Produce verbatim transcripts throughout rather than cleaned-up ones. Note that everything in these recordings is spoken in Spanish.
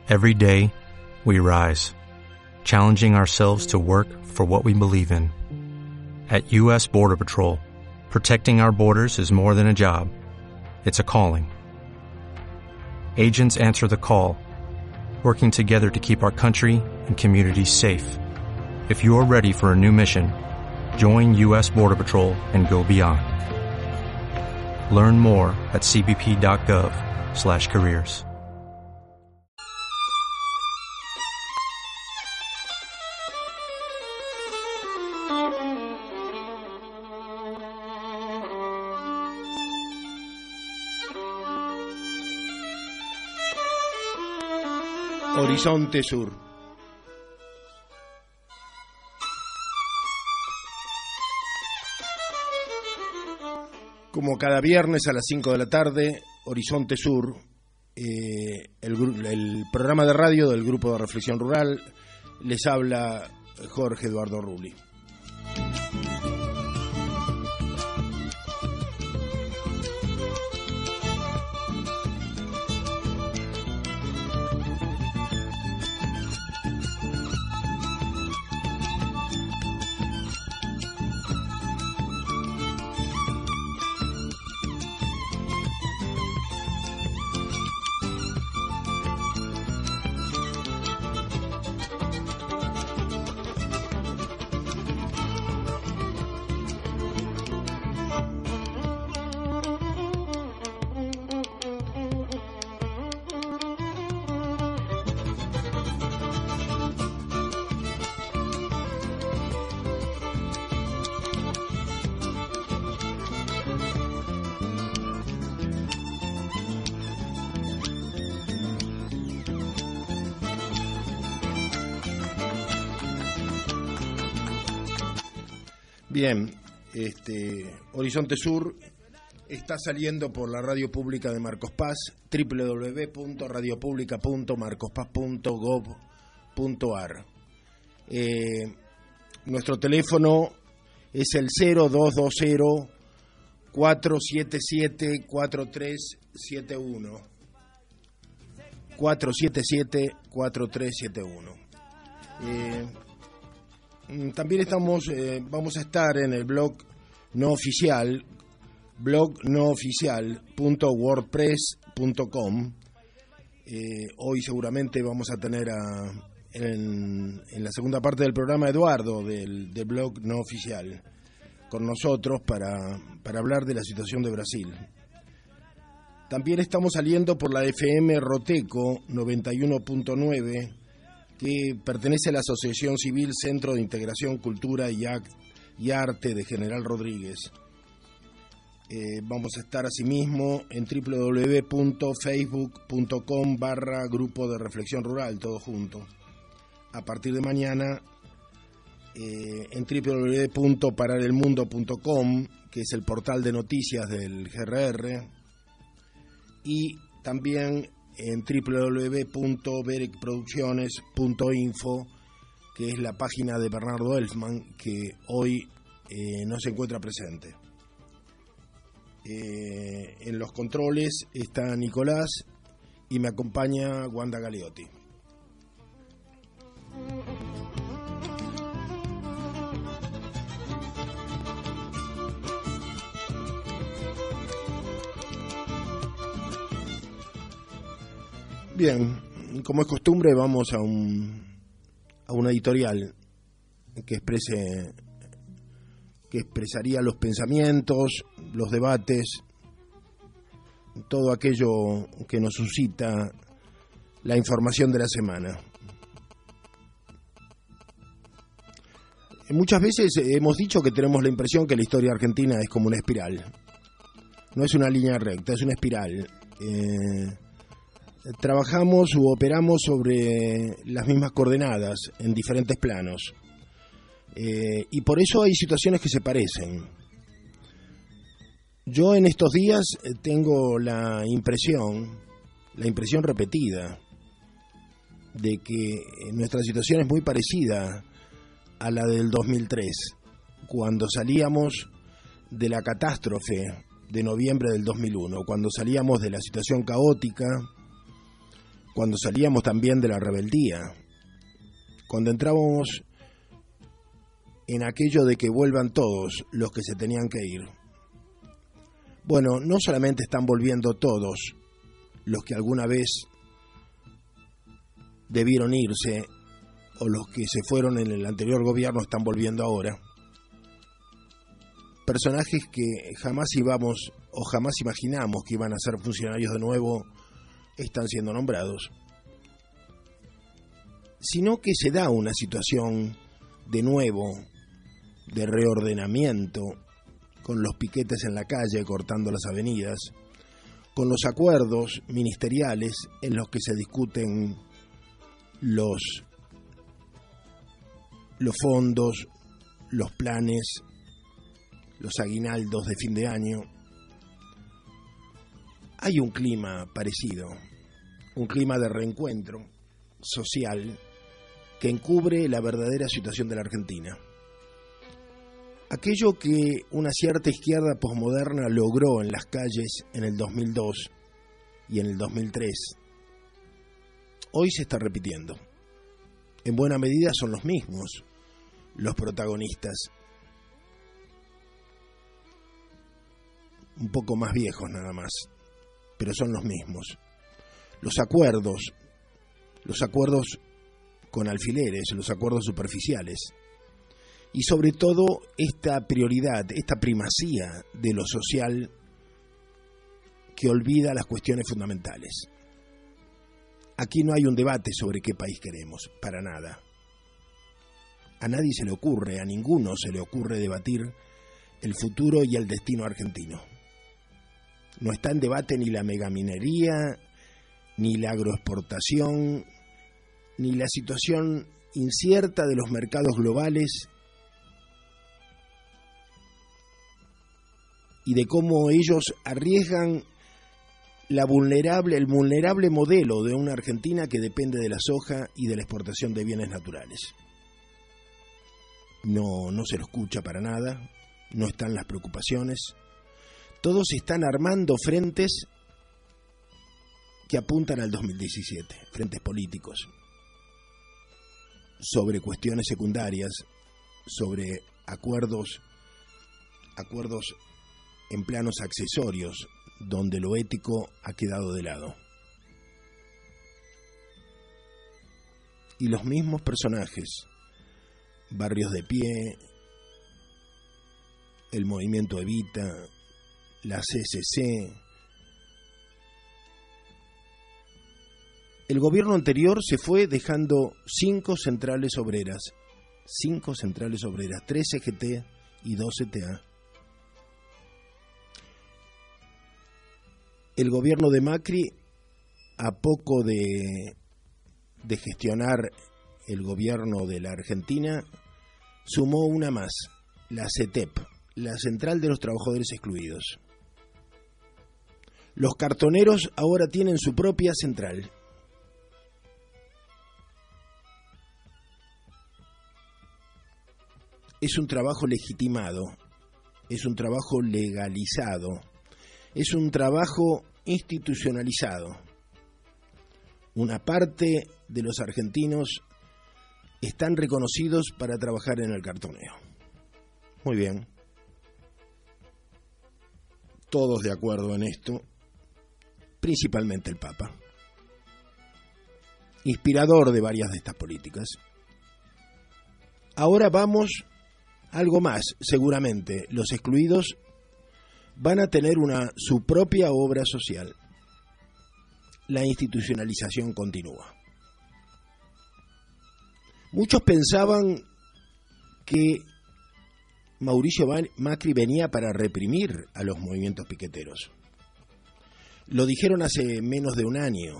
Every day, we rise, challenging ourselves to work for what we believe in. At U S Border Patrol, protecting our borders is more than a job. It's a calling. Agents answer the call, working together to keep our country and communities safe. If you're ready for a new mission, join U S Border Patrol and go beyond. Learn more at c b p dot gov slash careers. Horizonte Sur. Como cada viernes a las cinco de la tarde, Horizonte Sur, eh, el, el programa de radio del Grupo de Reflexión Rural, les habla Jorge Eduardo Rulli. Bien, este, Horizonte Sur está saliendo por la radio pública de Marcos Paz, doble u doble u doble u punto radio pública punto marcos paz punto gov punto a r. Eh, nuestro teléfono es el cero dos dos cero cuatro siete siete cuatro tres siete uno. cuatro siete siete cuatro tres siete uno. Eh, También estamos, eh, vamos a estar en el blog no oficial, blog no oficial punto wordpress punto com. Eh, hoy seguramente vamos a tener a, en, en la segunda parte del programa Eduardo del, del blog no oficial con nosotros para, para hablar de la situación de Brasil. También estamos saliendo por la F M Roteco noventa y uno punto nueve, que pertenece a la Asociación Civil Centro de Integración, Cultura y, Act, y Arte de General Rodríguez. Eh, vamos a estar asimismo en doble u doble u doble u punto facebook punto com barra Grupo de Reflexión Rural, todo junto. A partir de mañana eh, en doble u doble u doble u punto parar el mundo punto com, que es el portal de noticias del G R R, y también en doble u doble u doble u punto berec producciones punto info, que es la página de Bernardo Elfman, que hoy eh, no se encuentra presente. Eh, en los controles está Nicolás y me acompaña Wanda Galeotti. Bien, como es costumbre, vamos a un a una editorial que exprese que expresaría los pensamientos, los debates, todo aquello que nos suscita la información de la semana. Muchas veces hemos dicho que tenemos la impresión que la historia argentina es como una espiral. No es una línea recta, es una espiral. Eh, Trabajamos u operamos sobre las mismas coordenadas en diferentes planos, eh, y por eso hay situaciones que se parecen. Yo en estos días tengo la impresión, la impresión repetida, de que nuestra situación es muy parecida a la del dos mil tres, cuando salíamos de la catástrofe de noviembre del dos mil uno, cuando salíamos de la situación caótica cuando salíamos también de la rebeldía, cuando entrábamos en aquello de que vuelvan todos los que se tenían que ir. Bueno, no solamente están volviendo todos los que alguna vez debieron irse, o los que se fueron en el anterior gobierno están volviendo ahora. Personajes que jamás íbamos o jamás imaginamos que iban a ser funcionarios de nuevo están siendo nombrados. Sino que se da una situación de nuevo, de reordenamiento, con los piquetes en la calle cortando las avenidas, con los acuerdos ministeriales en los que se discuten los, los fondos, los planes, los aguinaldos de fin de año. Hay un clima parecido, un clima de reencuentro social que encubre la verdadera situación de la Argentina. Aquello que una cierta izquierda posmoderna logró en las calles en el dos mil dos y en el dos mil tres, hoy se está repitiendo. En buena medida son los mismos los protagonistas, un poco más viejos nada más, pero son los mismos. Los acuerdos, los acuerdos con alfileres, los acuerdos superficiales, y sobre todo esta prioridad, esta primacía de lo social que olvida las cuestiones fundamentales. Aquí no hay un debate sobre qué país queremos, para nada. A nadie se le ocurre, a ninguno se le ocurre debatir el futuro y el destino argentino. No está en debate ni la megaminería, ni la agroexportación, ni la situación incierta de los mercados globales y de cómo ellos arriesgan la vulnerable, el vulnerable modelo de una Argentina que depende de la soja y de la exportación de bienes naturales. No, no se lo escucha para nada, no están las preocupaciones. Todos están armando frentes que apuntan al dos mil diecisiete, frentes políticos, sobre cuestiones secundarias, sobre acuerdos, acuerdos en planos accesorios, donde lo ético ha quedado de lado. Y los mismos personajes, Barrios de Pie, el Movimiento Evita, la C C C. El gobierno anterior se fue dejando cinco centrales obreras, cinco centrales obreras, tres C G T y dos C T A. El gobierno de Macri, a poco de, de gestionar el gobierno de la Argentina, sumó una más, la C T E P, la Central de los Trabajadores Excluidos. Los cartoneros ahora tienen su propia central. Es un trabajo legitimado, es un trabajo legalizado, es un trabajo institucionalizado. Una parte de los argentinos están reconocidos para trabajar en el cartoneo. Muy bien. Todos de acuerdo en esto, principalmente el Papa, inspirador de varias de estas políticas. Ahora vamos a algo más, seguramente. Los excluidos van a tener una, su propia obra social. La institucionalización continúa. Muchos pensaban que Mauricio Macri venía para reprimir a los movimientos piqueteros. Lo dijeron hace menos de un año.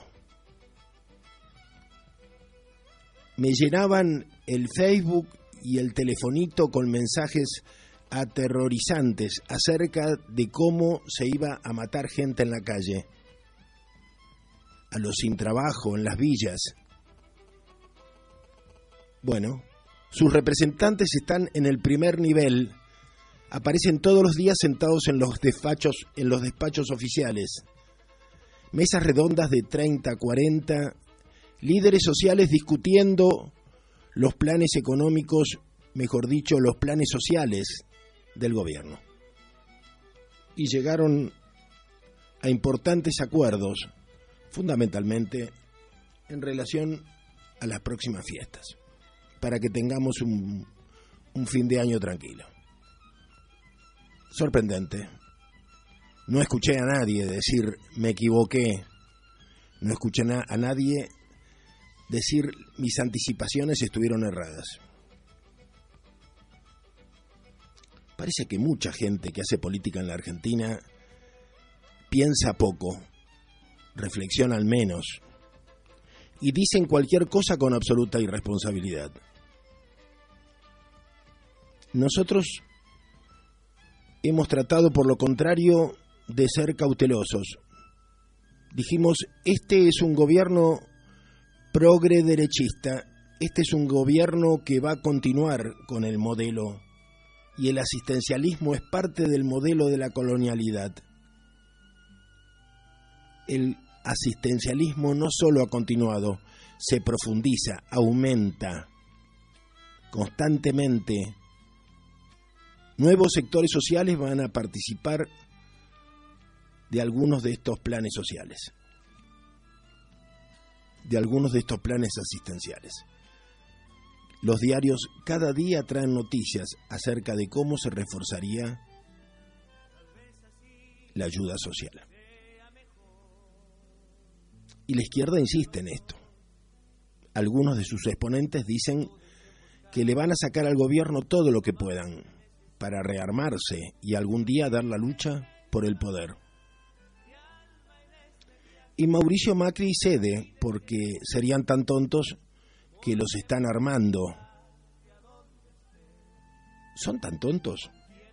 Me llenaban el Facebook y el telefonito con mensajes aterrorizantes acerca de cómo se iba a matar gente en la calle, a los sin trabajo, en las villas. Bueno, sus representantes están en el primer nivel, aparecen todos los días sentados en los despachos, en los despachos oficiales, mesas redondas de treinta, cuarenta líderes sociales discutiendo los planes económicos, mejor dicho, los planes sociales del gobierno. Y llegaron a importantes acuerdos, fundamentalmente en relación a las próximas fiestas, para que tengamos un, un fin de año tranquilo. Sorprendente. No escuché a nadie decir me equivoqué, no escuché a nadie decir mis anticipaciones estuvieron erradas. Parece que mucha gente que hace política en la Argentina piensa poco, reflexiona al menos, y dicen cualquier cosa con absoluta irresponsabilidad. Nosotros hemos tratado, por lo contrario, de ser cautelosos. Dijimos, este es un gobierno progre derechista, este es un gobierno que va a continuar con el modelo, y el asistencialismo es parte del modelo de la colonialidad. El asistencialismo no solo ha continuado, se profundiza, aumenta constantemente. Nuevos sectores sociales van a participar de algunos de estos planes sociales, de algunos de estos planes asistenciales. Los diarios cada día traen noticias acerca de cómo se reforzaría la ayuda social. Y la izquierda insiste en esto. Algunos de sus exponentes dicen que le van a sacar al gobierno todo lo que puedan para rearmarse y algún día dar la lucha por el poder. Y Mauricio Macri cede porque serían tan tontos que los están armando. ¿Son tan tontos?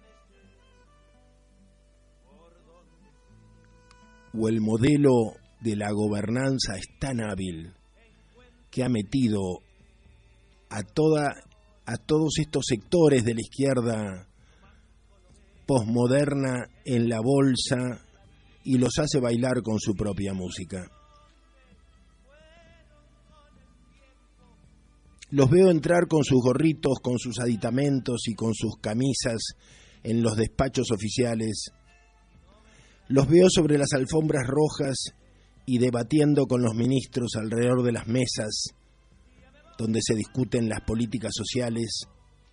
¿O el modelo de la gobernanza es tan hábil que ha metido a toda a todos estos sectores de la izquierda posmoderna en la bolsa y los hace bailar con su propia música? Los veo entrar con sus gorritos, con sus aditamentos y con sus camisas en los despachos oficiales. Los veo sobre las alfombras rojas y debatiendo con los ministros alrededor de las mesas donde se discuten las políticas sociales.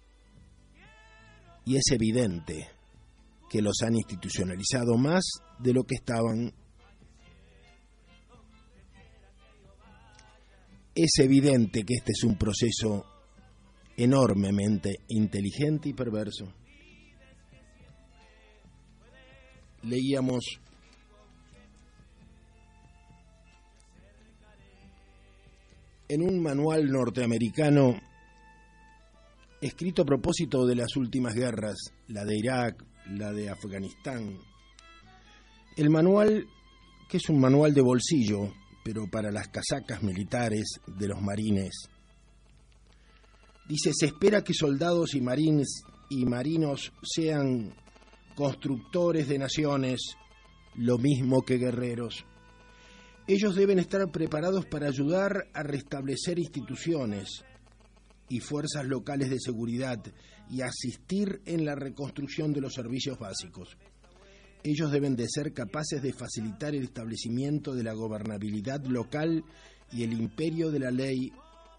Y es evidente que los han institucionalizado más de lo que estaban. Es evidente que este es un proceso enormemente inteligente y perverso. Leíamos en un manual norteamericano escrito a propósito de las últimas guerras, la de Irak, la de Afganistán. El manual, que es un manual de bolsillo, pero para las casacas militares de los marines, dice: se espera que soldados y marines y marinos sean constructores de naciones, lo mismo que guerreros. Ellos deben estar preparados para ayudar a restablecer instituciones y fuerzas locales de seguridad y asistir en la reconstrucción de los servicios básicos. Ellos deben de ser capaces de facilitar el establecimiento de la gobernabilidad local y el imperio de la ley.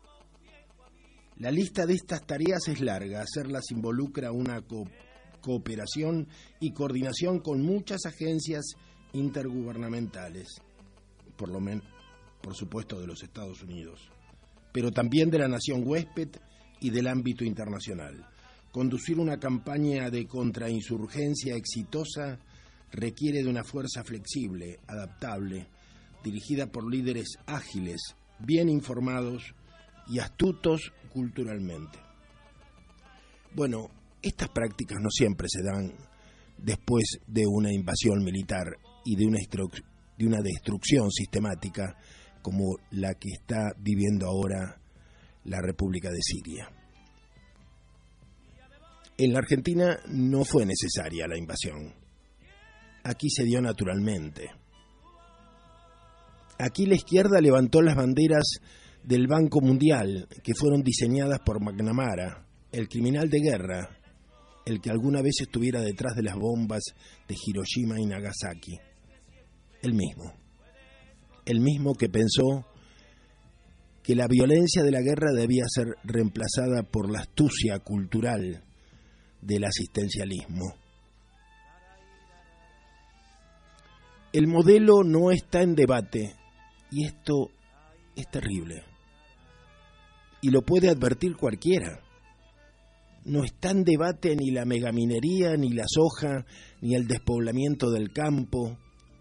La lista de estas tareas es larga. Hacerlas involucra una co- cooperación y coordinación con muchas agencias intergubernamentales, por lo menos, por supuesto, de los Estados Unidos, pero también de la nación huésped y del ámbito internacional. Conducir una campaña de contrainsurgencia exitosa requiere de una fuerza flexible, adaptable, dirigida por líderes ágiles, bien informados y astutos culturalmente. Bueno, estas prácticas no siempre se dan después de una invasión militar y de una, instru- de una destrucción sistemática como la que está viviendo ahora la República de Siria. En la Argentina no fue necesaria la invasión. Aquí se dio naturalmente. Aquí la izquierda levantó las banderas del Banco Mundial, que fueron diseñadas por McNamara, el criminal de guerra, el que alguna vez estuviera detrás de las bombas de Hiroshima y Nagasaki. El mismo. El mismo que pensó que la violencia de la guerra debía ser reemplazada por la astucia cultural del asistencialismo. El modelo no está en debate, y esto es terrible. Y lo puede advertir cualquiera. No está en debate ni la megaminería, ni la soja, ni el despoblamiento del campo,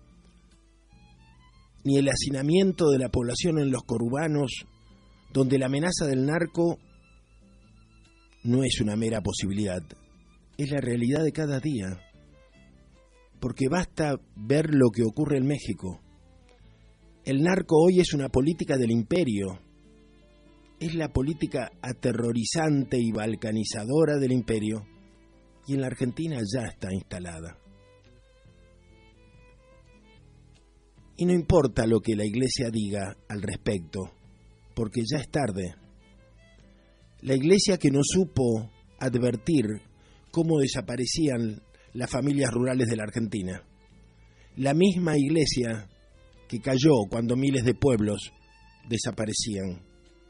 ni el hacinamiento de la población en los conurbanos, donde la amenaza del narco no es una mera posibilidad, es la realidad de cada día. Porque basta ver lo que ocurre en México. El narco hoy es una política del imperio. Es la política aterrorizante y balcanizadora del imperio, y en la Argentina ya está instalada. Y no importa lo que la Iglesia diga al respecto, porque ya es tarde. La Iglesia que no supo advertir cómo desaparecían las familias rurales de la Argentina. La misma Iglesia que cayó cuando miles de pueblos desaparecían.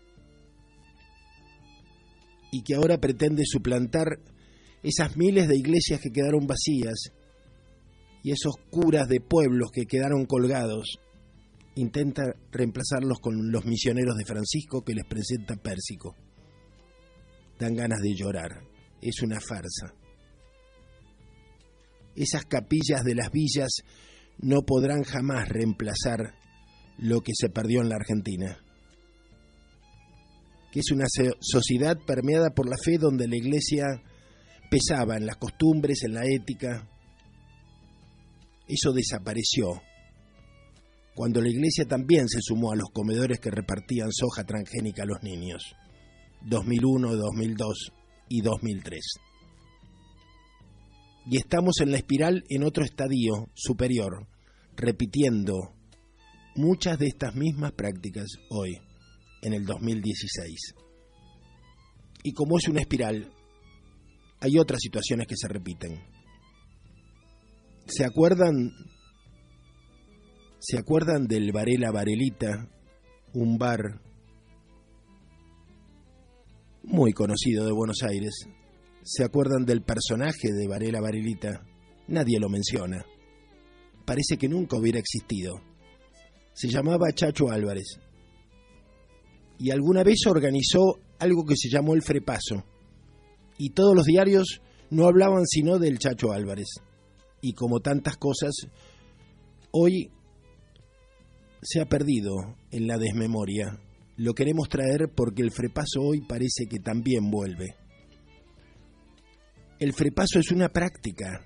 Y que ahora pretende suplantar esas miles de iglesias que quedaron vacías y esos curas de pueblos que quedaron colgados. Intenta reemplazarlos con los misioneros de Francisco que les presenta Pérsico. Dan ganas de llorar. Es una farsa. Esas capillas de las villas no podrán jamás reemplazar lo que se perdió en la Argentina, que es una sociedad permeada por la fe, donde la Iglesia pesaba en las costumbres, en la ética. Eso desapareció cuando la Iglesia también se sumó a los comedores que repartían soja transgénica a los niños. dos mil uno, dos mil dos y dos mil tres. Y estamos en la espiral en otro estadio superior, repitiendo muchas de estas mismas prácticas hoy, en el dos mil dieciséis. Y como es una espiral, hay otras situaciones que se repiten. ¿Se acuerdan? ¿Se acuerdan del Varela Varelita, un bar muy conocido de Buenos Aires? ¿Se acuerdan del personaje de Varela Varelita? Nadie lo menciona. Parece que nunca hubiera existido. Se llamaba Chacho Álvarez. Y alguna vez organizó algo que se llamó el Frepaso. Y todos los diarios no hablaban sino del Chacho Álvarez. Y como tantas cosas, hoy se ha perdido en la desmemoria. Lo queremos traer porque el Frepaso hoy parece que también vuelve. El Frepaso es una práctica.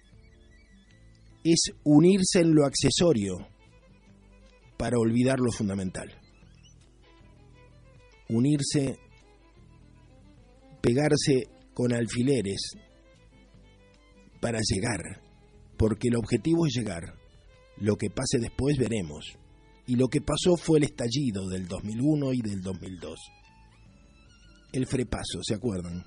Es unirse en lo accesorio para olvidar lo fundamental. Unirse, pegarse con alfileres para llegar, porque el objetivo es llegar. Lo que pase después veremos. Y lo que pasó fue el estallido del dos mil uno y del dos mil dos. El Frepaso, ¿se acuerdan?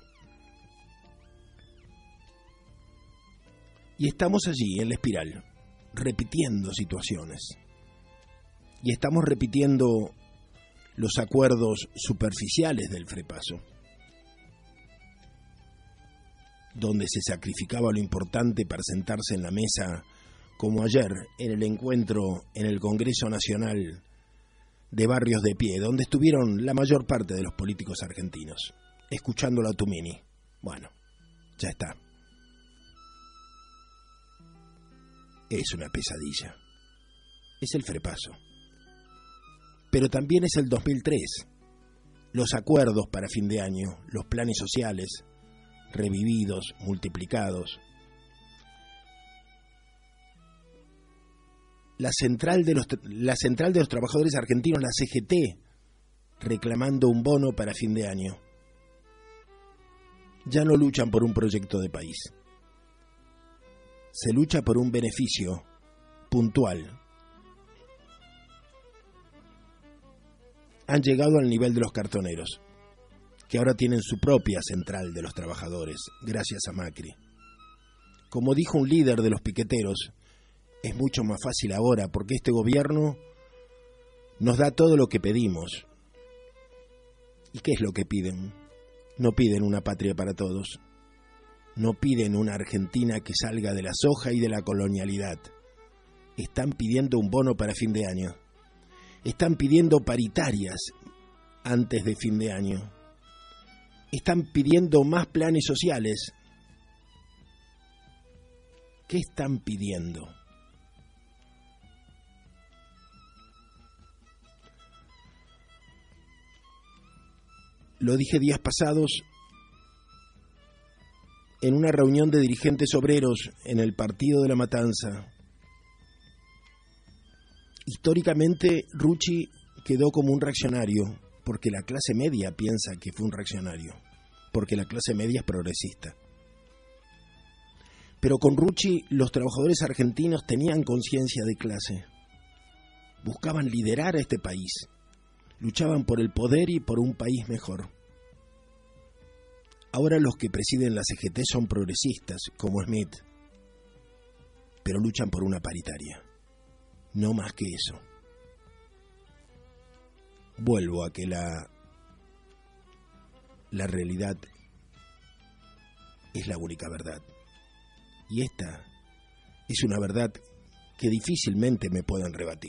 Y estamos allí, en la espiral, repitiendo situaciones. Y estamos repitiendo los acuerdos superficiales del Frepaso, donde se sacrificaba lo importante para sentarse en la mesa, como ayer en el encuentro en el Congreso Nacional de Barrios de Pie, donde estuvieron la mayor parte de los políticos argentinos, escuchándolo a Tumini. Bueno, ya está. Es una pesadilla. Es el Frepaso. Pero también es el dos mil tres. Los acuerdos para fin de año, los planes sociales, revividos, multiplicados. La central de los, la central de los trabajadores argentinos, la C G T, reclamando un bono para fin de año. Ya no luchan por un proyecto de país. Se lucha por un beneficio puntual. han llegado al nivel de los cartoneros, que ahora tienen su propia central de los trabajadores, gracias a Macri. Como dijo un líder de los piqueteros, es mucho más fácil ahora porque este gobierno nos da todo lo que pedimos. ¿Y qué es lo que piden? No piden una patria para todos. No piden una Argentina que salga de la soja y de la colonialidad. Están pidiendo un bono para fin de año. Están pidiendo paritarias antes de fin de año. Están pidiendo más planes sociales. ¿Qué están pidiendo? Lo dije días pasados en una reunión de dirigentes obreros en el Partido de la Matanza. Históricamente, Rucci quedó como un reaccionario, porque la clase media piensa que fue un reaccionario, porque la clase media es progresista. Pero con Rucci los trabajadores argentinos tenían conciencia de clase, buscaban liderar a este país, luchaban por el poder y por un país mejor. Ahora los que presiden la C G T son progresistas, como Smith, pero luchan por una paritaria, no más que eso. Vuelvo a que la, la realidad es la única verdad. Y esta es una verdad que difícilmente me puedan rebatir.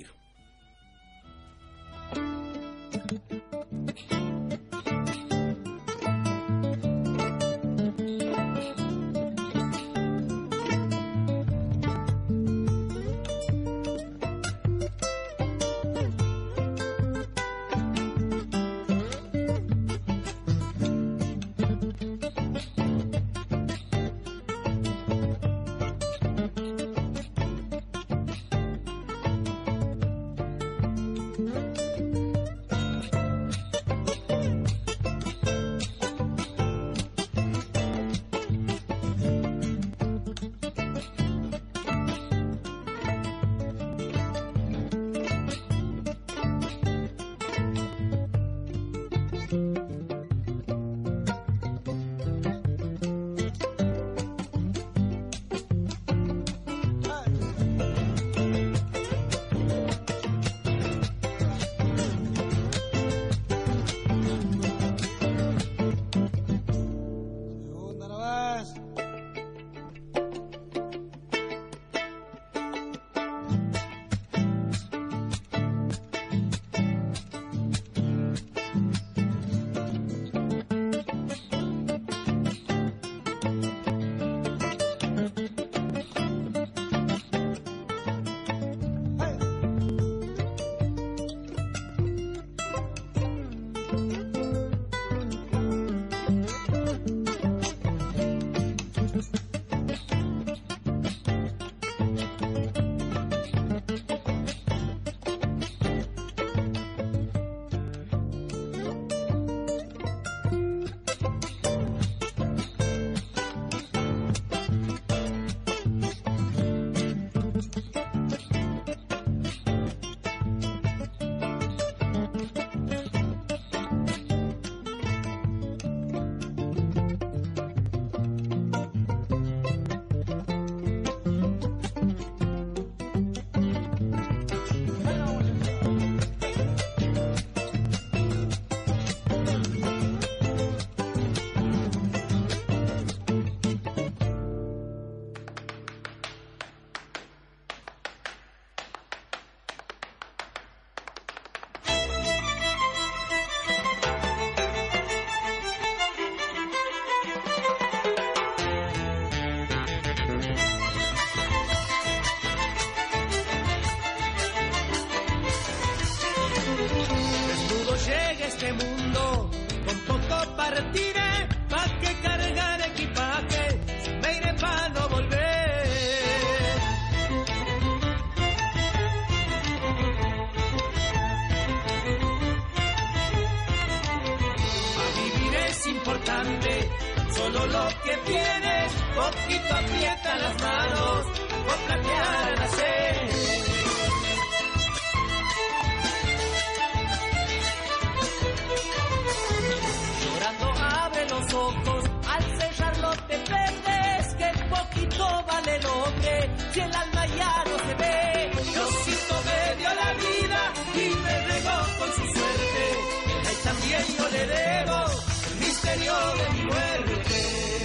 ojos, al cerrarlo te perdes, que poquito vale el hombre, si el alma ya no se ve. Diosito me dio la vida y me regó con su suerte, y también yo le debo el misterio de mi muerte.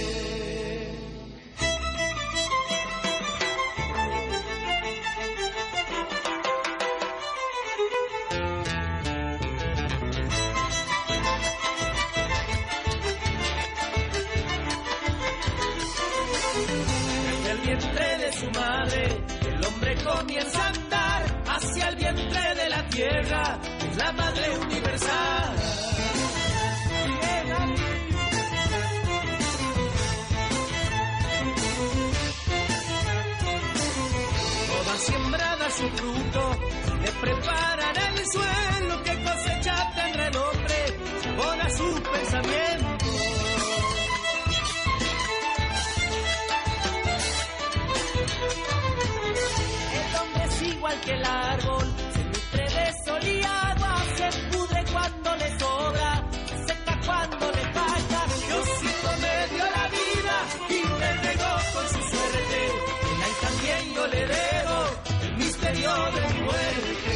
Su madre, el hombre comienza a andar hacia el vientre de la tierra, que es la madre universal. Toda sembrada su fruto, le preparan el suelo, que cosecha tendrá el hombre, abona su pensamiento. Igual que el árbol, se nutre de sol y agua, se pudre cuando le sobra, se seca cuando le falta. Diosito me dio la vida y me regó con su suerte, y a él también yo le debo el misterio de mi muerte.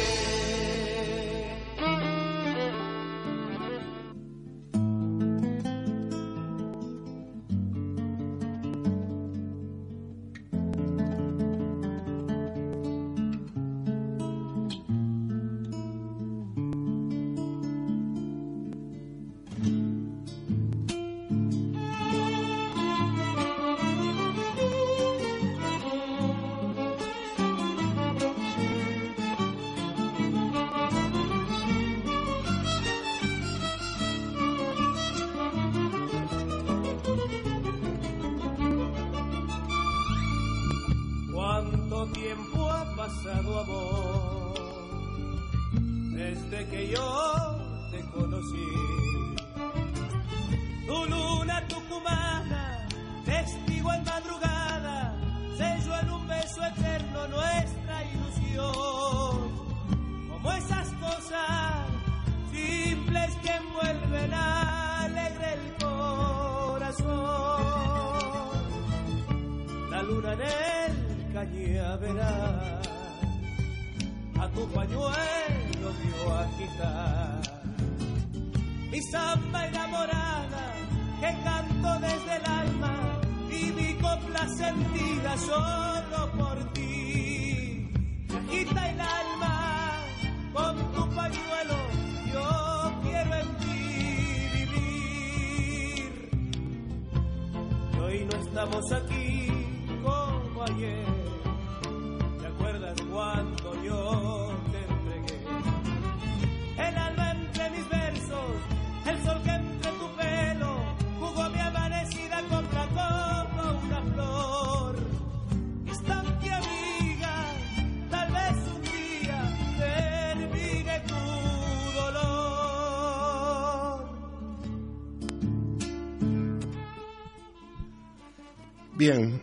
Bien,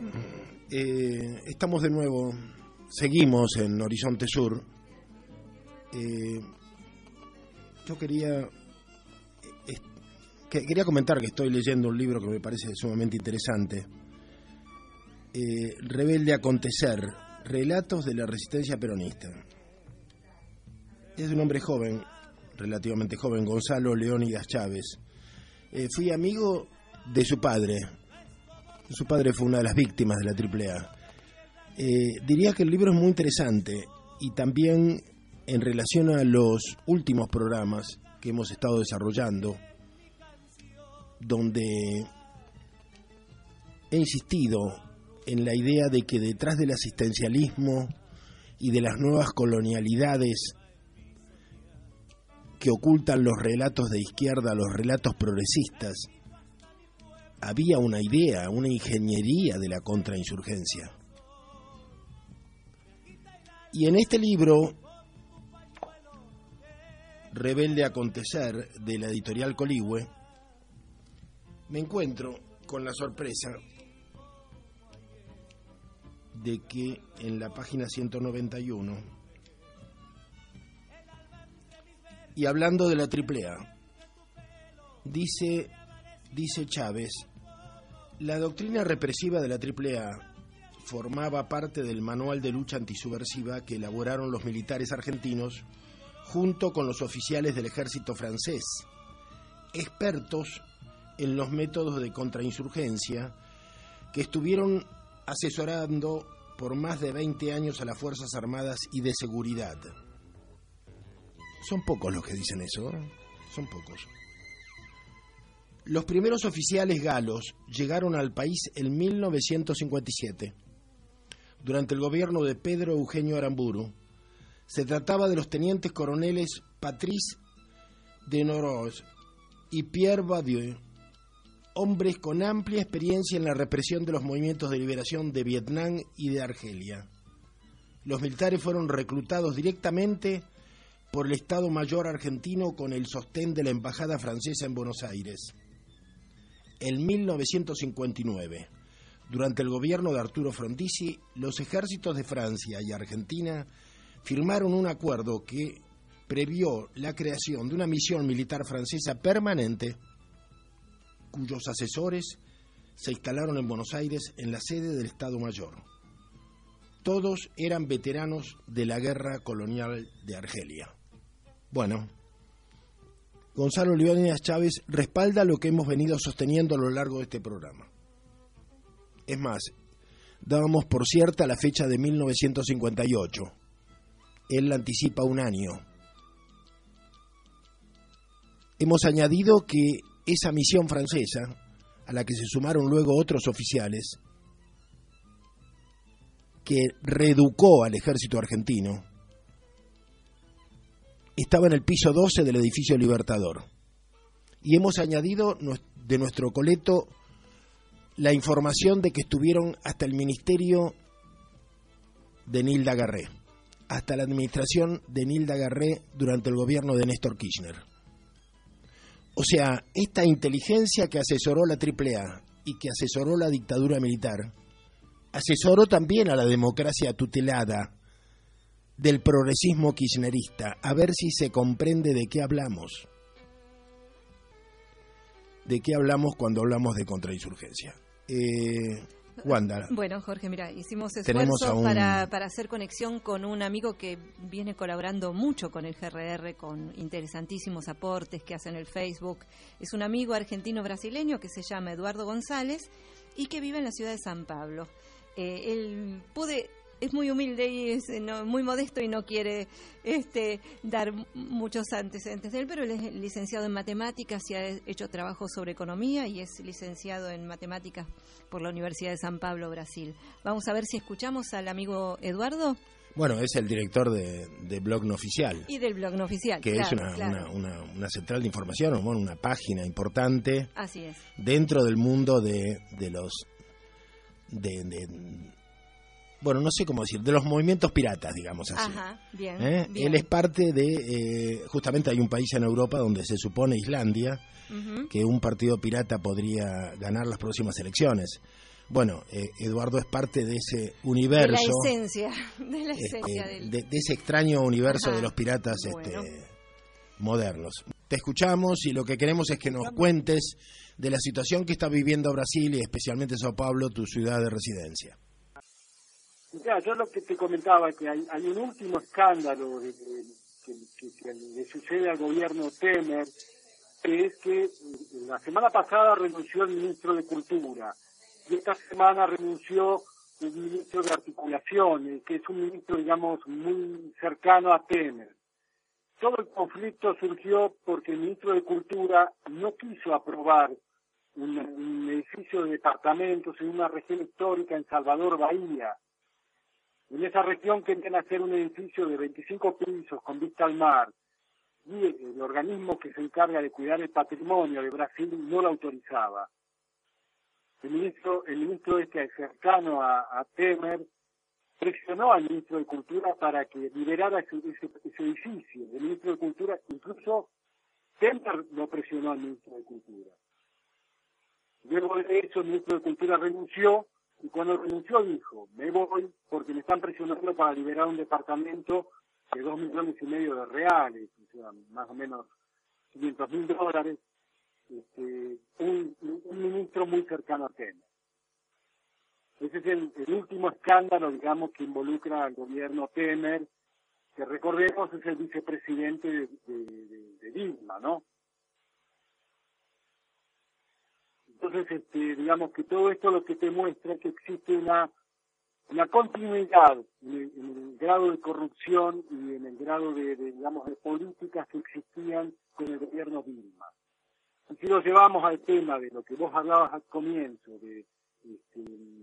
eh, estamos de nuevo, seguimos en Horizonte Sur. Eh, yo quería, eh, que, quería comentar que estoy leyendo un libro que me parece sumamente interesante. Eh, Rebelde Acontecer, relatos de la resistencia peronista. Es un hombre joven, relativamente joven, Gonzalo Leónidas Chávez. Eh, fui amigo de su padre. Su padre fue una de las víctimas de la triple A. Eh, diría que el libro es muy interesante y también en relación a los últimos programas que hemos estado desarrollando, donde he insistido en la idea de que detrás del asistencialismo y de las nuevas colonialidades que ocultan los relatos de izquierda, los relatos progresistas, había una idea, una ingeniería de la contrainsurgencia. Y en este libro, Rebelde Acontecer, de la editorial Coligüe, me encuentro con la sorpresa de que en la página ciento noventa y uno, y hablando de la triple A, dice Dice Chávez, la doctrina represiva de la Triple A formaba parte del manual de lucha antisubversiva que elaboraron los militares argentinos junto con los oficiales del ejército francés, expertos en los métodos de contrainsurgencia que estuvieron asesorando por más de veinte años a las Fuerzas Armadas y de Seguridad. Son pocos los que dicen eso, ¿eh? Son pocos. Los primeros oficiales galos llegaron al país en mil novecientos cincuenta y siete, durante el gobierno de Pedro Eugenio Aramburu. Se trataba de los tenientes coroneles Patrice Denoroz y Pierre Badiou, hombres con amplia experiencia en la represión de los movimientos de liberación de Vietnam y de Argelia. Los militares fueron reclutados directamente por el Estado Mayor argentino con el sostén de la Embajada francesa en Buenos Aires. En mil novecientos cincuenta y nueve, durante el gobierno de Arturo Frondizi, los ejércitos de Francia y Argentina firmaron un acuerdo que previó la creación de una misión militar francesa permanente, cuyos asesores se instalaron en Buenos Aires en la sede del Estado Mayor. Todos eran veteranos de la guerra colonial de Argelia. Bueno, Gonzalo Leónidas Chávez respalda lo que hemos venido sosteniendo a lo largo de este programa. Es más, dábamos por cierta la fecha de mil novecientos cincuenta y ocho. Él la anticipa un año. Hemos añadido que esa misión francesa, a la que se sumaron luego otros oficiales, que reeducó al ejército argentino, estaba en el piso doce del edificio Libertador. Y hemos añadido de nuestro coleto la información de que estuvieron hasta el ministerio de Nilda Garré, hasta la administración de Nilda Garré durante el gobierno de Néstor Kirchner. O sea, esta inteligencia que asesoró la Triple A y que asesoró la dictadura militar, asesoró también a la democracia tutelada del progresismo kirchnerista. A ver si se comprende de qué hablamos. ¿De qué hablamos cuando hablamos de contrainsurgencia? Eh, Wanda. Bueno, Jorge, mira, hicimos esfuerzos un... para, para hacer conexión con un amigo que viene colaborando mucho con el G R R, con interesantísimos aportes que hace en el Facebook. Es un amigo argentino-brasileño que se llama Eduardo González y que vive en la ciudad de San Pablo. Eh, él pude... Es muy humilde y es no, muy modesto y no quiere este, dar muchos antecedentes de él, pero él es licenciado en matemáticas y ha hecho trabajo sobre economía y es licenciado en matemáticas por la Universidad de San Pablo, Brasil. Vamos a ver si escuchamos al amigo Eduardo. Bueno, es el director de, de Blog No Oficial. Y del Blog No Oficial, que claro, es una, claro. Una, una, una central de información, bueno, una página importante. Así es. Dentro del mundo de, de los... de, de bueno, no sé cómo decir, de los movimientos piratas, digamos así. Ajá, bien, ¿Eh? bien. Él es parte de, eh, justamente hay un país en Europa donde se supone, Islandia, uh-huh, que un partido pirata podría ganar las próximas elecciones. Bueno, eh, Eduardo es parte de ese universo. De la esencia, de la esencia este, del... de, de ese extraño universo, ajá, de los piratas bueno, este, modernos. Te escuchamos y lo que queremos es que nos cuentes de la situación que está viviendo Brasil y especialmente Sao Paulo, tu ciudad de residencia. Ya, yo lo que te comentaba es que hay, hay un último escándalo de, de, que, que, que le sucede al gobierno Temer, que es que la semana pasada renunció el ministro de Cultura y esta semana renunció el ministro de Articulación, que es un ministro, digamos, muy cercano a Temer. Todo el conflicto surgió porque el ministro de Cultura no quiso aprobar un, un edificio de departamentos en una región histórica en Salvador Bahía. En esa región querían hacer un edificio de veinticinco pisos con vista al mar y el organismo que se encarga de cuidar el patrimonio de Brasil no lo autorizaba. El ministro, el ministro este cercano a, a Temer presionó al ministro de Cultura para que liberara ese, ese, ese edificio. El ministro de Cultura, incluso Temer lo presionó al ministro de Cultura. Luego de eso el ministro de Cultura renunció. Y cuando renunció dijo, me voy porque me están presionando para liberar un departamento de dos millones y medio de reales, o sea, más o menos quinientos mil dólares, este, un, un ministro muy cercano a Temer. Ese es el, el último escándalo, digamos, que involucra al gobierno Temer, que recordemos es el vicepresidente de, de, de, de Dilma, ¿no? Entonces, este, digamos que todo esto lo que te muestra es que existe una, una continuidad en el, en el grado de corrupción y en el grado de, de, digamos, de políticas que existían con el gobierno Dilma. Y si lo llevamos al tema de lo que vos hablabas al comienzo, de este,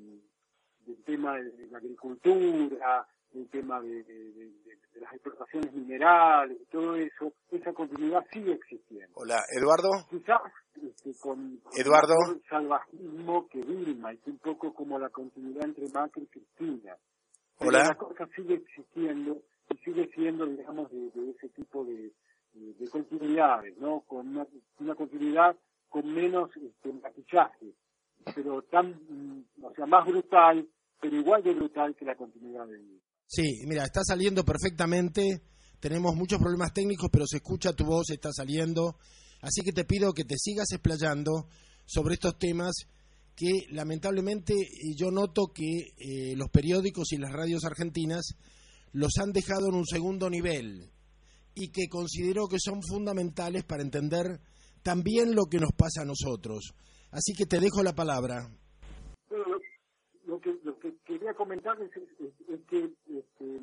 del tema de la agricultura, el tema de, de, de, de las explotaciones minerales y todo eso, esa continuidad sigue existiendo. Hola, Eduardo. Quizás este, con, con Eduardo. el salvajismo que Dilma, es un poco como la continuidad entre Macri y Cristina. Pero Hola. la cosa sigue existiendo y sigue siendo, digamos, de, de ese tipo de, de, de continuidades, ¿no? Con una, una continuidad con menos este, maquillaje, pero tan, o sea, más brutal, pero igual de brutal que la continuidad de Dilma. Sí, mira, está saliendo perfectamente, tenemos muchos problemas técnicos, pero se escucha tu voz, está saliendo, así que te pido que te sigas explayando sobre estos temas que lamentablemente yo noto que eh, los periódicos y las radios argentinas los han dejado en un segundo nivel y que considero que son fundamentales para entender también lo que nos pasa a nosotros. Así que te dejo la palabra. Bueno, lo, lo, que, lo que quería comentar es, es, es, es que, este,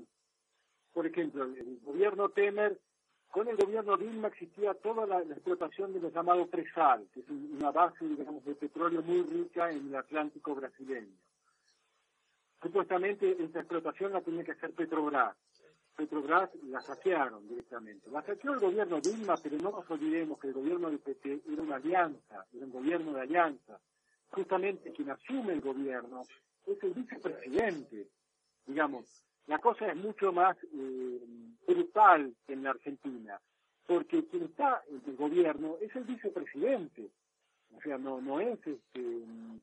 por ejemplo, el gobierno Temer, con el gobierno Dilma existía toda la, la explotación de lo llamado presal, que es una base, digamos, de petróleo muy rica en el Atlántico brasileño. Supuestamente esa explotación la tenía que hacer Petrobras. Petrobras la saquearon directamente. La saqueó el gobierno Dilma, pero no nos olvidemos que el gobierno del P T era una alianza, era un gobierno de alianza. Justamente quien asume el gobierno es el vicepresidente. Digamos, la cosa es mucho más eh, brutal que en la Argentina, porque quien está en el gobierno es el vicepresidente. O sea, no no es este,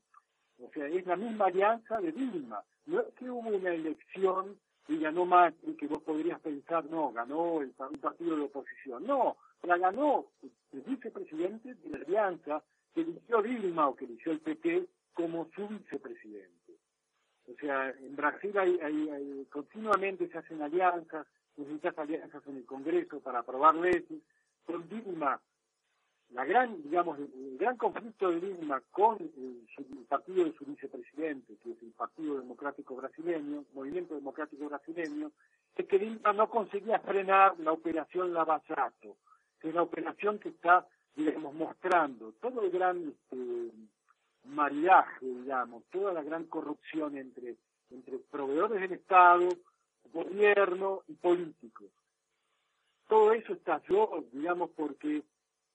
o sea, es la misma alianza de Dilma. No es que hubo una elección y ganó Macri, que vos podrías pensar, no, ganó el, un partido de oposición. No, la ganó el vicepresidente de la alianza que eligió Dilma o que eligió el P T como su vicepresidente. O sea, en Brasil hay, hay, hay continuamente se hacen alianzas, necesitas alianzas en el Congreso para aprobar leyes. Con Dilma, la gran, digamos, el gran conflicto de Dilma con el, el partido de su vicepresidente, que es el Partido Democrático Brasileño, Movimiento Democrático Brasileño, es que Dilma no conseguía frenar la operación Lava Jato, que es la operación que está, digamos, mostrando todo el gran este, maridaje, digamos, toda la gran corrupción entre, entre proveedores del Estado, gobierno y políticos. Todo eso estalló, digamos, porque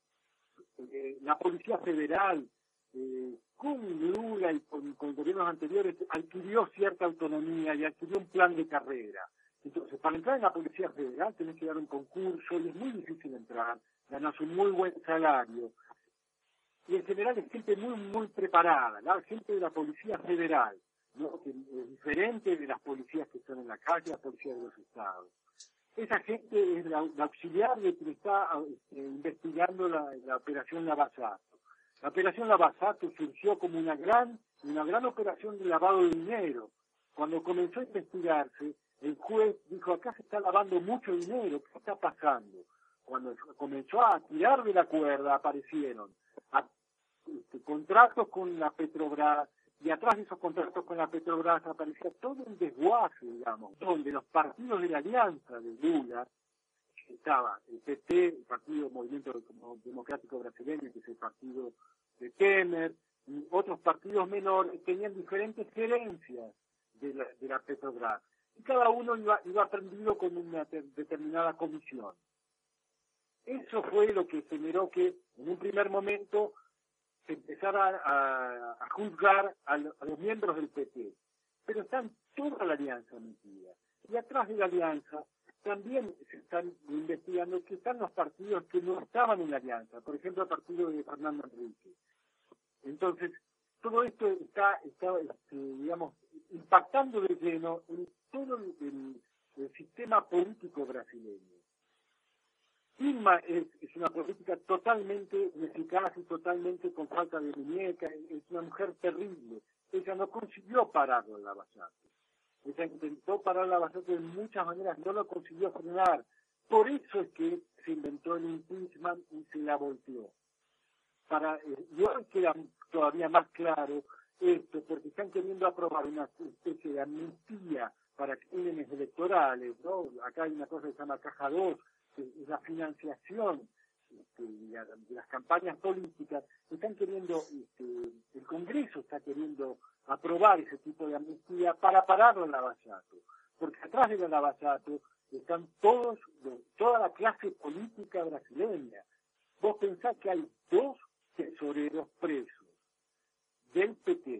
Eh, la Policía Federal, eh, con Lula y con, con gobiernos anteriores, adquirió cierta autonomía y adquirió un plan de carrera. Entonces, para entrar en la Policía Federal tenés que dar un concurso y es muy difícil entrar, ganás un muy buen salario. Y en general es gente muy, muy preparada, la gente de la Policía Federal, ¿no? Que es diferente de las policías que están en la calle, las policías de los estados. Esa gente es la, la auxiliar de quien está eh, investigando la, la operación Lava Jato. La operación Lava Jato surgió como una gran, una gran operación de lavado de dinero. Cuando comenzó a investigarse, el juez dijo, acá se está lavando mucho dinero, ¿qué está pasando? Cuando comenzó a tirar de la cuerda, aparecieron a, este, contratos con la Petrobras, y atrás de esos contratos con la Petrobras aparecía todo un desguace, digamos, donde los partidos de la alianza de Lula, que estaba el P T, el Partido Movimiento Democrático Brasileño, que es el partido de Temer, y otros partidos menores, tenían diferentes gerencias de la, de la Petrobras. Y cada uno iba, iba prendido con una ter, determinada comisión. Eso fue lo que generó que, en un primer momento, se empezara a, a juzgar a, a los miembros del P T. Pero están toda la alianza metida. Y atrás de la alianza también se están investigando que están los partidos que no estaban en la alianza. Por ejemplo, el partido de Fernando Henrique. Entonces, todo esto está, está este, digamos, impactando de lleno en todo el, el, el sistema político brasileño. Dilma es, es una política totalmente ineficaz y totalmente con falta de muñeca, es una mujer terrible. Ella no consiguió pararlo en Lavallato. Ella intentó parar Lavallato de muchas maneras, no lo consiguió frenar. Por eso es que se inventó el impeachment y se la volteó. Para, eh, y hoy queda todavía más claro esto, porque están queriendo aprobar una especie de amnistía para crímenes electorales, ¿no? Acá hay una cosa que se llama Caja dos, que es la financiación este, de las campañas políticas. Están queriendo, este, el Congreso está queriendo aprobar ese tipo de amnistía para pararlo en Lavallato, porque atrás de la Lavallato están todos, toda la clase política brasileña. Vos pensás que hay dos tesoreros presos del P T.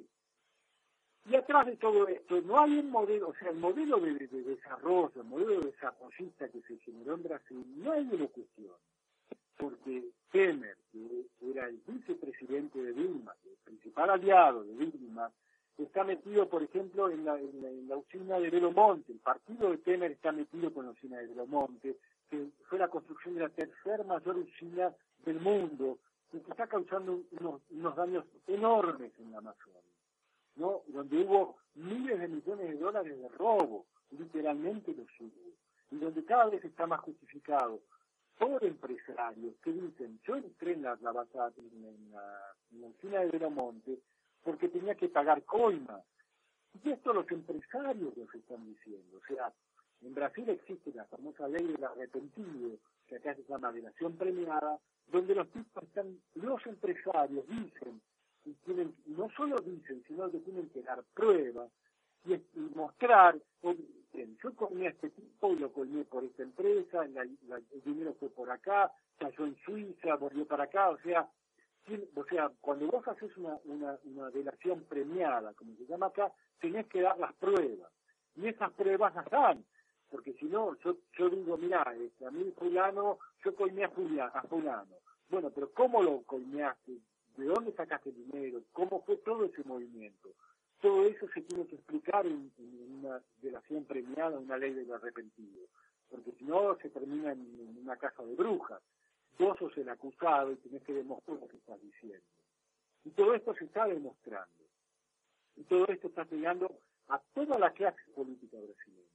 Y atrás de todo esto no hay un modelo, o sea, el modelo de, de, de desarrollo, el modelo desarrollista que se generó en Brasil, no hay una cuestión. Porque Temer, que era el vicepresidente de Dilma, el principal aliado de Dilma, está metido, por ejemplo, en la, en la, en la usina de Belo Monte. El partido de Temer está metido con la usina de Belo Monte, que fue la construcción de la tercera mayor usina del mundo, que está causando unos, unos daños enormes en la Amazonia, ¿no? Donde hubo miles de millones de dólares de robo, literalmente los hubo, y donde cada vez está más justificado por empresarios que dicen, yo entré en la, la, base, en la, en la usina de Belo Monte porque tenía que pagar coima. Y esto los empresarios los están diciendo. O sea, en Brasil existe la famosa ley del arrepentido, que acá se llama delación premiada, donde los tipos están, los empresarios dicen, y tienen, no solo dicen, sino que tienen que dar pruebas y, y mostrar, o, bien, yo colmé a este tipo y lo colmé por esta empresa, la, la, el dinero fue por acá, cayó en Suiza, volvió para acá, o sea, o sea, cuando vos haces una, una, una delación premiada, como se llama acá, tenés que dar las pruebas, y esas pruebas las dan, porque si no, yo, yo digo, mirá, este, a mí fulano, yo coimé a, Julia, a fulano, bueno, pero ¿cómo lo coimeaste? ¿De dónde sacaste el dinero? ¿Cómo fue todo ese movimiento? Todo eso se tiene que explicar en, en una delación premiada, una ley del arrepentido, porque si no se termina en, en una casa de brujas. Vos sos el acusado y tenés que demostrar lo que estás diciendo. Y todo esto se está demostrando. Y todo esto está llegando a toda la clase política brasileña.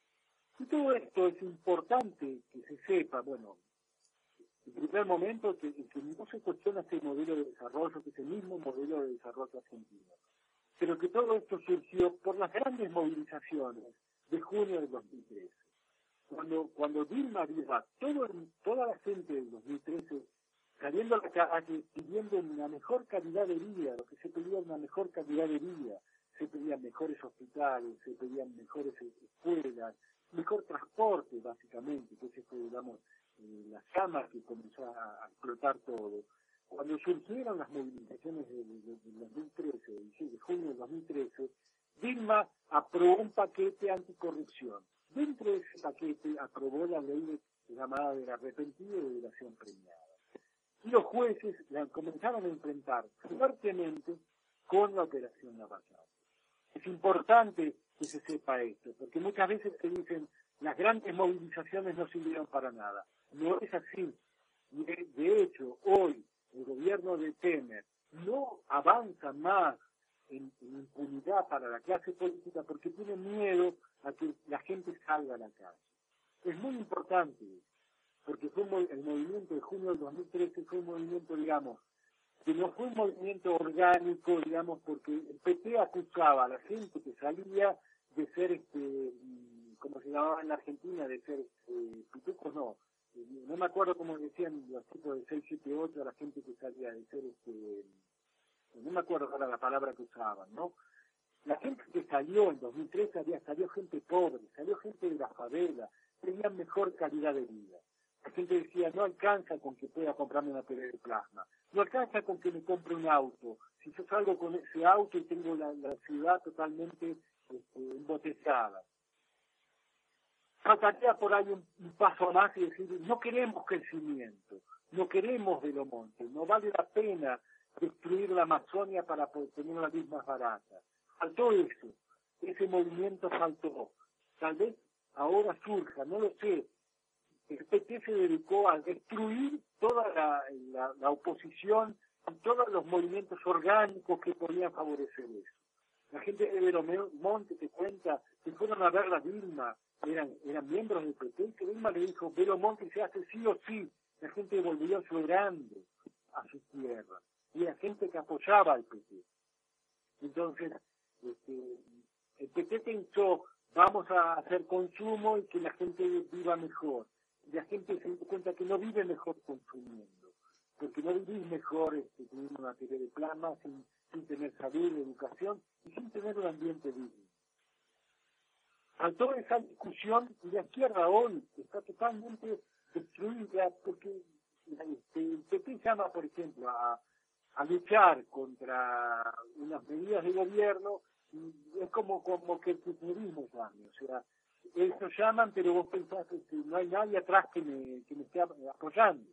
Y todo esto es importante que se sepa, bueno, en primer momento, que, que no se cuestiona ese modelo de desarrollo, que es el mismo modelo de desarrollo argentino, pero que todo esto surgió por las grandes movilizaciones de junio del dos mil trece. Cuando, cuando Dilma viva, todo, toda la gente del dos mil trece saliendo a la calle pidiendo una mejor calidad de vida, lo que se pedía una mejor calidad de vida, se pedían mejores hospitales, se pedían mejores escuelas, mejor transporte básicamente, que ese fue, digamos, eh, la llama que comenzó a, a explotar todo. Cuando surgieron las movilizaciones del de, de dos mil trece, de junio del dos mil trece, Dilma aprobó un paquete anticorrupción. Dentro de ese paquete aprobó la ley de, llamada del arrepentido y de delación premiada. Y los jueces la comenzaron a enfrentar fuertemente con la operación Lavallato. Es importante que se sepa esto, porque muchas veces se dicen las grandes movilizaciones no sirvieron para nada. No es así. De, de hecho, hoy el gobierno de Temer no avanza más en, en impunidad para la clase política porque tiene miedo a que la gente salga a la calle. Es muy importante, porque fue un, el movimiento de junio del dos mil trece fue un movimiento, digamos, que no fue un movimiento orgánico, digamos, porque el P T acusaba a la gente que salía de ser, este, como se llamaba en la Argentina, de ser este, pitucos, no, no me acuerdo cómo decían los tipos de seis siete ocho a la gente que salía de ser, este, no me acuerdo cuál era la palabra que usaban, ¿no? La gente que salió en dos mil trece había salió gente pobre, salió gente de la favela, tenían mejor calidad de vida. La gente decía, no alcanza con que pueda comprarme una tele de plasma, no alcanza con que me compre un auto, si yo salgo con ese auto y tengo la, la ciudad totalmente este, embotellada. Faltaría por ahí un, un paso más y decir, no queremos crecimiento, no queremos Belo Monte, no vale la pena destruir la Amazonia para poder tener una vida más barata. Faltó eso, ese movimiento faltó. Tal vez ahora surja, no lo sé, el P T se dedicó a destruir toda la, la, la oposición y todos los movimientos orgánicos que podían favorecer eso. La gente de Velomonte te cuenta que fueron a ver a Dilma, eran, eran miembros del P T, que Dilma le dijo, Velomonte se hace sí o sí. La gente volvió llorando a su tierra, y la gente que apoyaba al P T. Entonces, este, el P T pensó, vamos a hacer consumo y que la gente viva mejor. Y la gente se dio cuenta que no vive mejor consumiendo, porque no vivís mejor este, teniendo una tele de plasma, sin, sin tener salud, educación y sin tener un ambiente digno. A toda esa discusión, y la izquierda hoy está totalmente destruida, porque este, el P T llama, por ejemplo, a, a luchar contra unas medidas de gobierno, y es como, como que el kirchnerismo llame, o sea, ellos llaman, pero vos pensás que no hay nadie atrás que me, que me esté apoyando.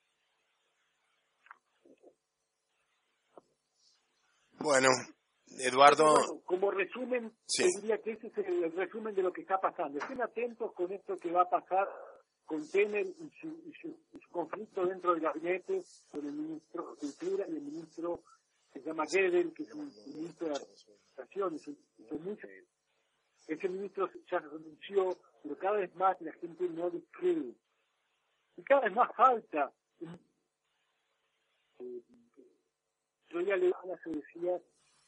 Bueno, Eduardo... Bueno, como resumen, sí. Te diría que ese es el resumen de lo que está pasando. Estén atentos con esto que va a pasar con Temer y su, y su, y su conflicto dentro del gabinete con el ministro de Cultura y el ministro que se llama Gödel, que es un ministro de Administración, es un, es un ministro, ese ministro ya renunció, pero cada vez más la gente no le cree. Y cada vez más falta. Eh, yo ya le se decía,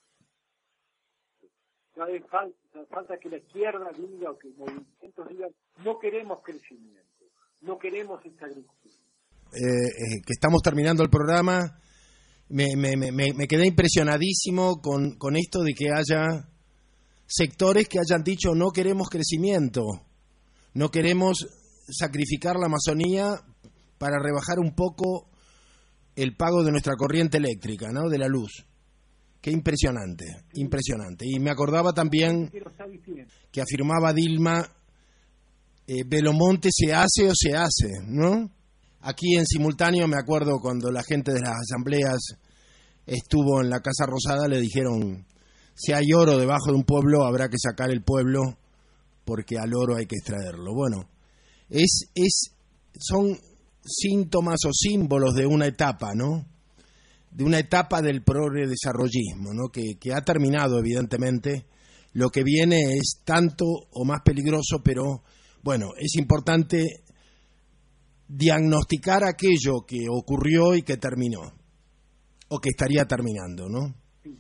cada vez falta, falta que la izquierda diga o que movimientos digan, no queremos crecimiento. No queremos esta agricultura. Eh, eh, que estamos terminando el programa, me, me, me, me quedé impresionadísimo con, con esto de que haya sectores que hayan dicho no queremos crecimiento, no queremos sacrificar la Amazonía para rebajar un poco el pago de nuestra corriente eléctrica, ¿no? De la luz. Qué impresionante, impresionante. Y me acordaba también que afirmaba Dilma, Eh, Velomonte se hace o se hace, ¿no? Aquí en simultáneo me acuerdo cuando la gente de las asambleas estuvo en la Casa Rosada, le dijeron, si hay oro debajo de un pueblo habrá que sacar el pueblo porque al oro hay que extraerlo. Bueno, es, es, son síntomas o símbolos de una etapa, ¿no? De una etapa del progredesarrollismo, ¿no? Que, que ha terminado evidentemente. Lo que viene es tanto o más peligroso, pero bueno, es importante diagnosticar aquello que ocurrió y que terminó, o que estaría terminando, ¿no?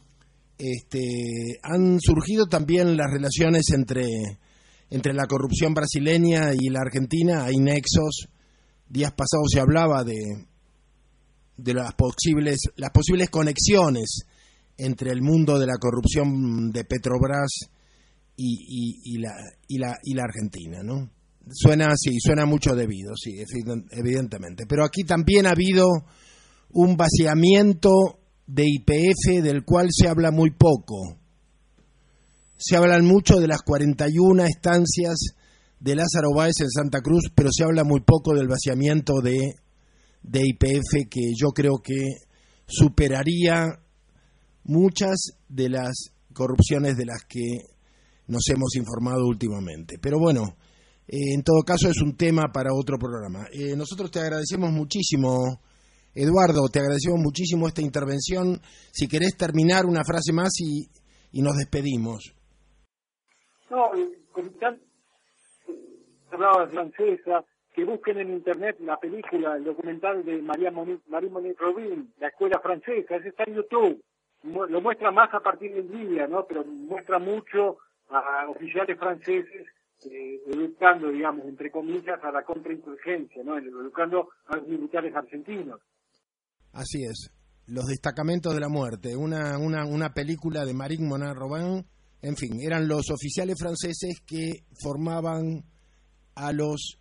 Este, han surgido también las relaciones entre, entre la corrupción brasileña y la argentina, hay nexos. Días pasados se hablaba de, de las posibles, las posibles conexiones entre el mundo de la corrupción de Petrobras Y, y, y, la, y, la, y la Argentina, ¿no? Suena así, suena mucho debido, sí, evidentemente. Pero aquí también ha habido un vaciamiento de Y P F del cual se habla muy poco. Se hablan mucho de las cuarenta y una estancias de Lázaro Báez en Santa Cruz, pero se habla muy poco del vaciamiento de, de Y P F, que yo creo que superaría muchas de las corrupciones de las que nos hemos informado últimamente. Pero bueno, eh, en todo caso es un tema para otro programa. Eh, nosotros te agradecemos muchísimo, Eduardo, te agradecemos muchísimo esta intervención. Si querés terminar una frase más y, y nos despedimos. No, comentar, hablaba de francesa, que busquen en internet la película, el documental de María Monique, Marie Monique Robin, la escuela francesa, ese está en YouTube. Lo muestra más a partir de Libia, ¿no? Pero muestra mucho a oficiales franceses eh, educando, digamos, entre comillas, a la contrainsurgencia, ¿no? Educando a los militares argentinos. Así es, Los destacamentos de la muerte, una, una, una película de Marie Monique Robin. En fin, eran los oficiales franceses que formaban a los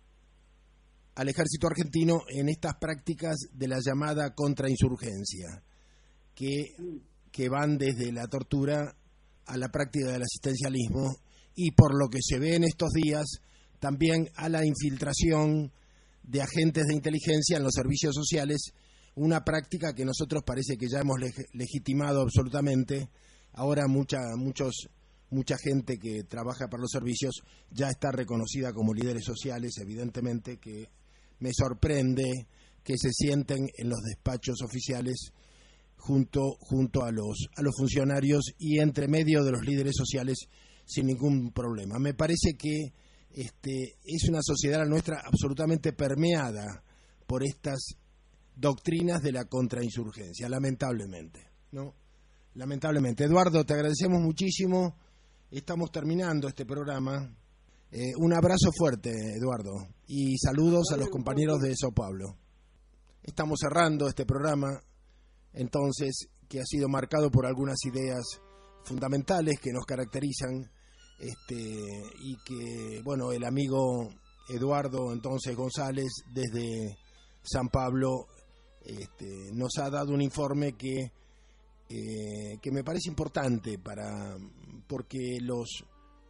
al ejército argentino en estas prácticas de la llamada contrainsurgencia, que, que van desde la tortura a la práctica del asistencialismo y, por lo que se ve en estos días, también a la infiltración de agentes de inteligencia en los servicios sociales, una práctica que nosotros parece que ya hemos leg- legitimado absolutamente. Ahora mucha, muchos mucha gente que trabaja para los servicios ya está reconocida como líderes sociales, evidentemente, que me sorprende que se sienten en los despachos oficiales junto junto a los a los funcionarios y entre medio de los líderes sociales sin ningún problema. Me parece que este es una sociedad, la nuestra, absolutamente permeada por estas doctrinas de la contrainsurgencia, lamentablemente, ¿no? Lamentablemente. Eduardo, te agradecemos muchísimo. Estamos terminando este programa. Eh, un abrazo fuerte, Eduardo, y saludos a los compañeros de Sao Paulo. Estamos cerrando este programa, entonces, que ha sido marcado por algunas ideas fundamentales que nos caracterizan, este, y que, bueno, el amigo Eduardo entonces González desde San Pablo este, nos ha dado un informe que eh, que me parece importante para porque los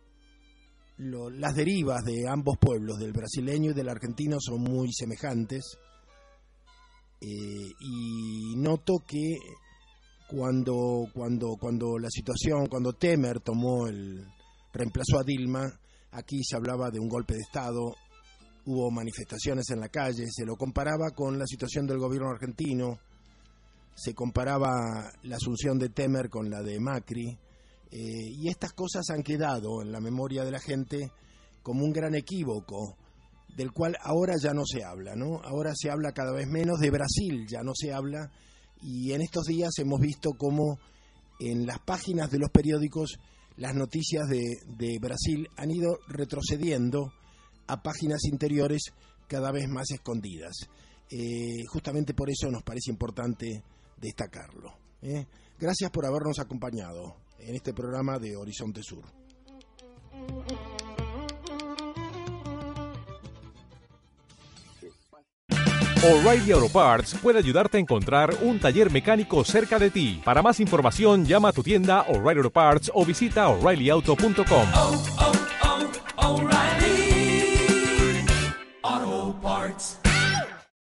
Lo, las derivas de ambos pueblos, del brasileño y del argentino, son muy semejantes, eh, y noto que cuando cuando cuando la situación, cuando Temer tomó el reemplazó a Dilma, aquí se hablaba de un golpe de Estado, hubo manifestaciones en la calle, se lo comparaba con la situación del gobierno argentino, se comparaba la asunción de Temer con la de Macri. Eh, y estas cosas han quedado en la memoria de la gente como un gran equívoco, del cual ahora ya no se habla, ¿no? Ahora se habla cada vez menos, de Brasil ya no se habla, y en estos días hemos visto cómo en las páginas de los periódicos las noticias de, de Brasil han ido retrocediendo a páginas interiores cada vez más escondidas. Eh, justamente por eso nos parece importante destacarlo, ¿eh? Gracias por habernos acompañado en este programa de Horizonte Sur. O'Reilly Auto Parts puede ayudarte a encontrar un taller mecánico cerca de ti. Para más información, llama a tu tienda O'Reilly Auto Parts o visita O'Reilly Auto punto com. Oh, oh, oh, O'Reilly Auto Parts.